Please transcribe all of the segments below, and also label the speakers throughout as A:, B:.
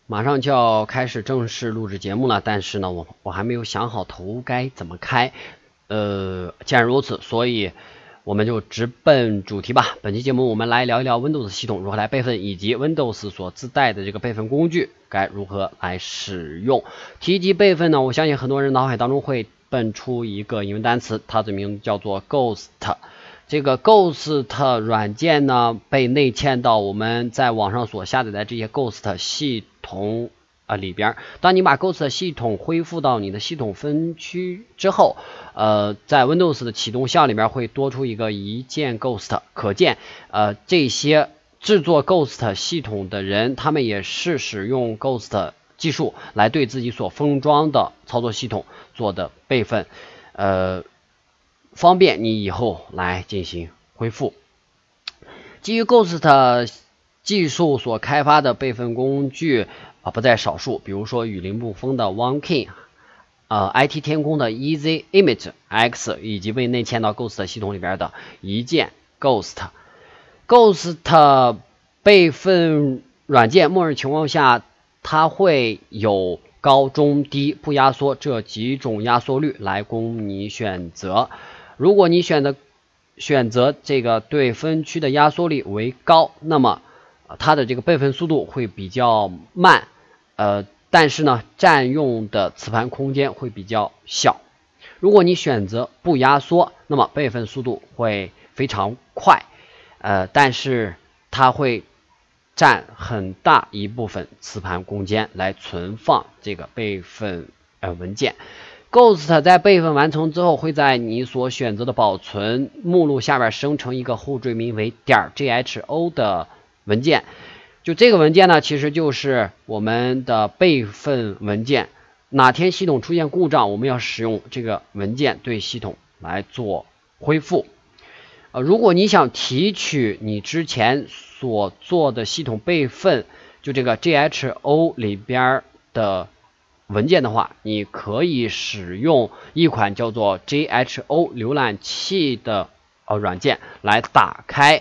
A: 马上就要开始正式录制节目了，但是呢，我还没有想好头该怎么开。既然如此，所以我们就直奔主题吧。本期节目我们来聊一聊 Windows 系统如何来备份，以及 Windows 所自带的这个备份工具该如何来使用。提及备份呢，我相信很多人脑海当中会蹦出一个英文单词，它的名字叫做 Ghost。这个 Ghost 软件呢，被内嵌到我们在网上所下载的这些 Ghost 系统里边。当你把 Ghost 系统恢复到你的系统分区之后，在 Windows 的启动项里面会多出一个一键 Ghost， 可见这些制作 Ghost 系统的人，他们也是使用 Ghost 技术来对自己所封装的操作系统做的备份，方便你以后来进行恢复。基于 Ghost 技术所开发的备份工具不在少数，比如说雨林沐风的 OneKey，IT 天空的 Easy Image X， 以及被内嵌到 Ghost 系统里边的一键 Ghost。Ghost 备份软件默认情况下，它会有高、中、低、不压缩这几种压缩率来供你选择。如果你选择这个对分区的压缩率为高，那么它的这个备份速度会比较慢，但是呢，占用的磁盘空间会比较小。如果你选择不压缩，那么备份速度会非常快，但是它会占很大一部分磁盘空间来存放这个备份文件。Ghost 在备份完成之后，会在你所选择的保存目录下边生成一个后缀名为.jho 的文件。就这个文件呢，其实就是我们的备份文件。哪天系统出现故障，我们要使用这个文件对系统来做恢复。如果你想提取你之前所做的系统备份，就这个 JHO 里边的文件的话，你可以使用一款叫做 JHO 浏览器的软件来打开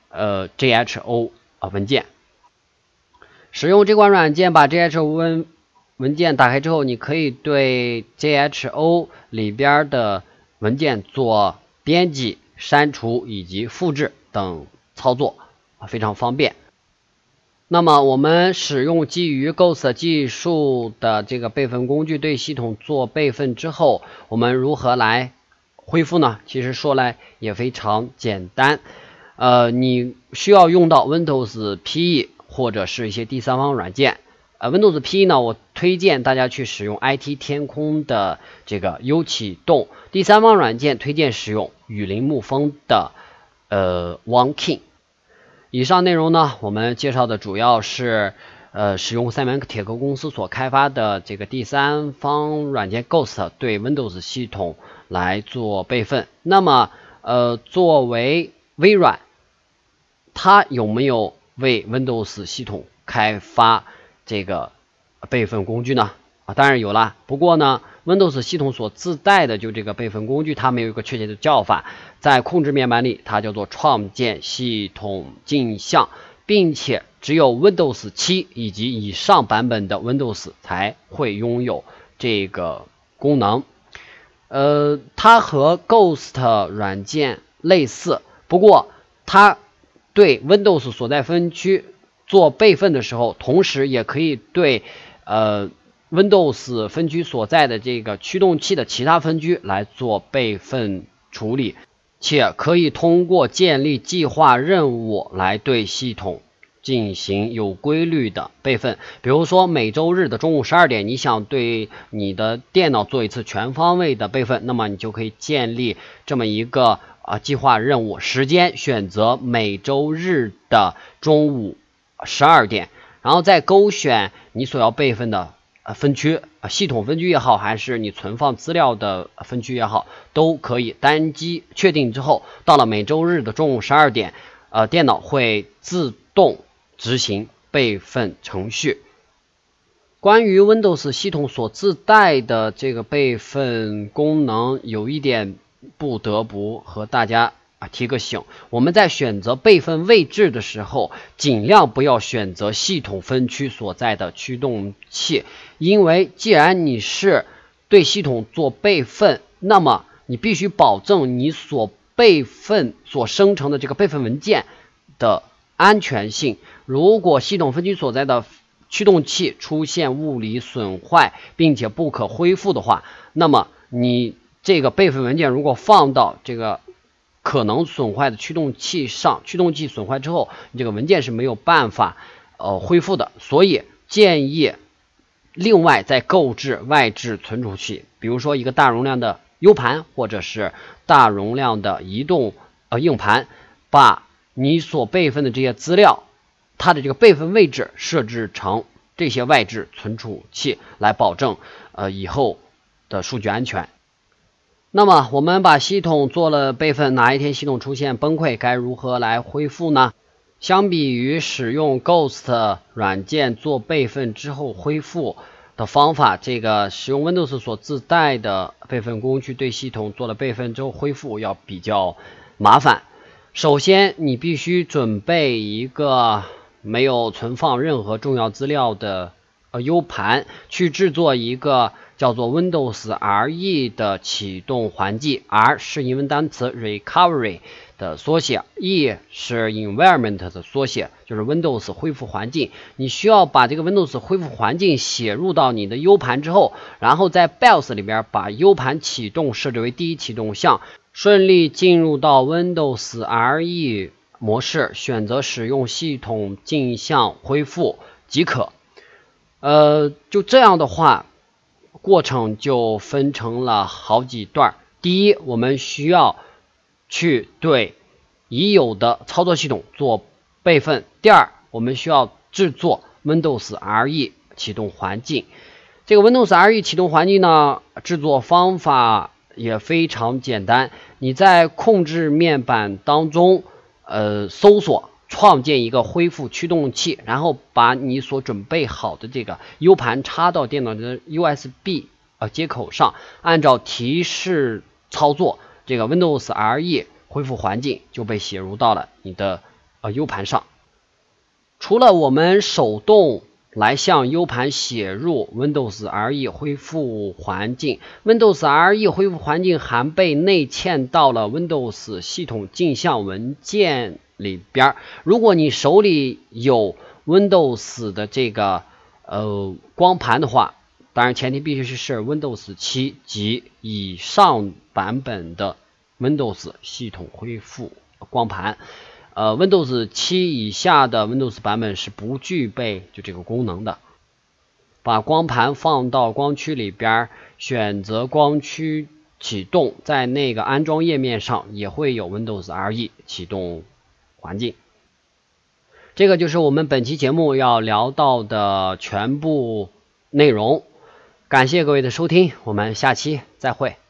A: JHO 文件。使用这款软件把 JHO 文件打开之后，你可以对 JHO 里边的文件做编辑、删除以及复制等操作，非常方便。那么我们使用基于 Ghost 技术的这个备份工具对系统做备份之后，我们如何来恢复呢？其实说来也非常简单，你需要用到 Windows PE 或者是一些第三方软件。Windows PE 呢，我推荐大家去使用 IT 天空的这个 U 启动，第三方软件推荐使用雨林沐风的OneKey。以上内容呢，我们介绍的主要是使用赛门铁克公司所开发的这个第三方软件 Ghost 对 Windows 系统来做备份。那么作为微软，它有没有为 Windows 系统开发这个备份工具呢？当然有了。不过呢， Windows 系统所自带的就这个备份工具，它没有一个确切的叫法，在控制面板里它叫做创建系统镜像，并且只有 Windows 7以及以上版本的 Windows 才会拥有这个功能。它和 Ghost 软件类似，不过它对 Windows 所在分区做备份的时候，同时也可以对Windows 分区所在的这个驱动器的其他分区来做备份处理，且可以通过建立计划任务来对系统进行有规律的备份。比如说每周日的中午12点，你想对你的电脑做一次全方位的备份，那么你就可以建立这么一个计划任务，时间选择每周日的中午12点，然后再勾选你所要备份的分区，系统分区也好，还是你存放资料的分区也好，都可以单击确定之后，到了每周日的中午12点，电脑会自动执行备份程序。关于 Windows 系统所自带的这个备份功能，有一点不得不和大家提个醒，我们在选择备份位置的时候，尽量不要选择系统分区所在的驱动器，因为既然你是对系统做备份，那么你必须保证你所备份所生成的这个备份文件的安全性。如果系统分区所在的驱动器出现物理损坏并且不可恢复的话，那么你这个备份文件如果放到这个可能损坏的驱动器上，驱动器损坏之后，你这个文件是没有办法恢复的。所以建议另外再购置外置存储器，比如说一个大容量的 U 盘或者是大容量的移动硬盘，把你所备份的这些资料，它的这个备份位置设置成这些外置存储器，来保证以后的数据安全。那么我们把系统做了备份，哪一天系统出现崩溃，该如何来恢复呢？相比于使用 Ghost 软件做备份之后恢复的方法，这个使用 Windows 所自带的备份工具对系统做了备份之后恢复要比较麻烦。首先你必须准备一个没有存放任何重要资料的U 盘，去制作一个叫做 Windows RE 的启动环境。 R 是英文单词 Recovery 的缩写， E 是 Environment 的缩写，就是 Windows 恢复环境。你需要把这个 Windows 恢复环境写入到你的 U 盘之后，然后在 BIOS 里边把 U 盘启动设置为第一启动项，顺利进入到 Windows RE 模式，选择使用系统镜像恢复即可。就这样的话，过程就分成了好几段。第一，我们需要去对已有的操作系统做备份。第二，我们需要制作 Windows RE 启动环境。这个 Windows RE 启动环境呢，制作方法也非常简单。你在控制面板当中搜索创建一个恢复驱动器，然后把你所准备好的这个 U 盘插到电脑的 USB 接口上，按照提示操作，这个 Windows RE 恢复环境就被写入到了你的U 盘上。除了我们手动来向 U 盘写入 Windows RE 恢复环境， Windows RE 恢复环境还被内嵌到了 Windows 系统镜像文件里边。如果你手里有 Windows 的这个光盘的话，当然前提必须是 Windows 7及以上版本的 Windows 系统恢复光盘。Windows 7以下的 Windows 版本是不具备就这个功能的。把光盘放到光驱里边，选择光驱启动，在那个安装页面上也会有 Windows RE 启动环境。这个就是我们本期节目要聊到的全部内容。感谢各位的收听，我们下期再会。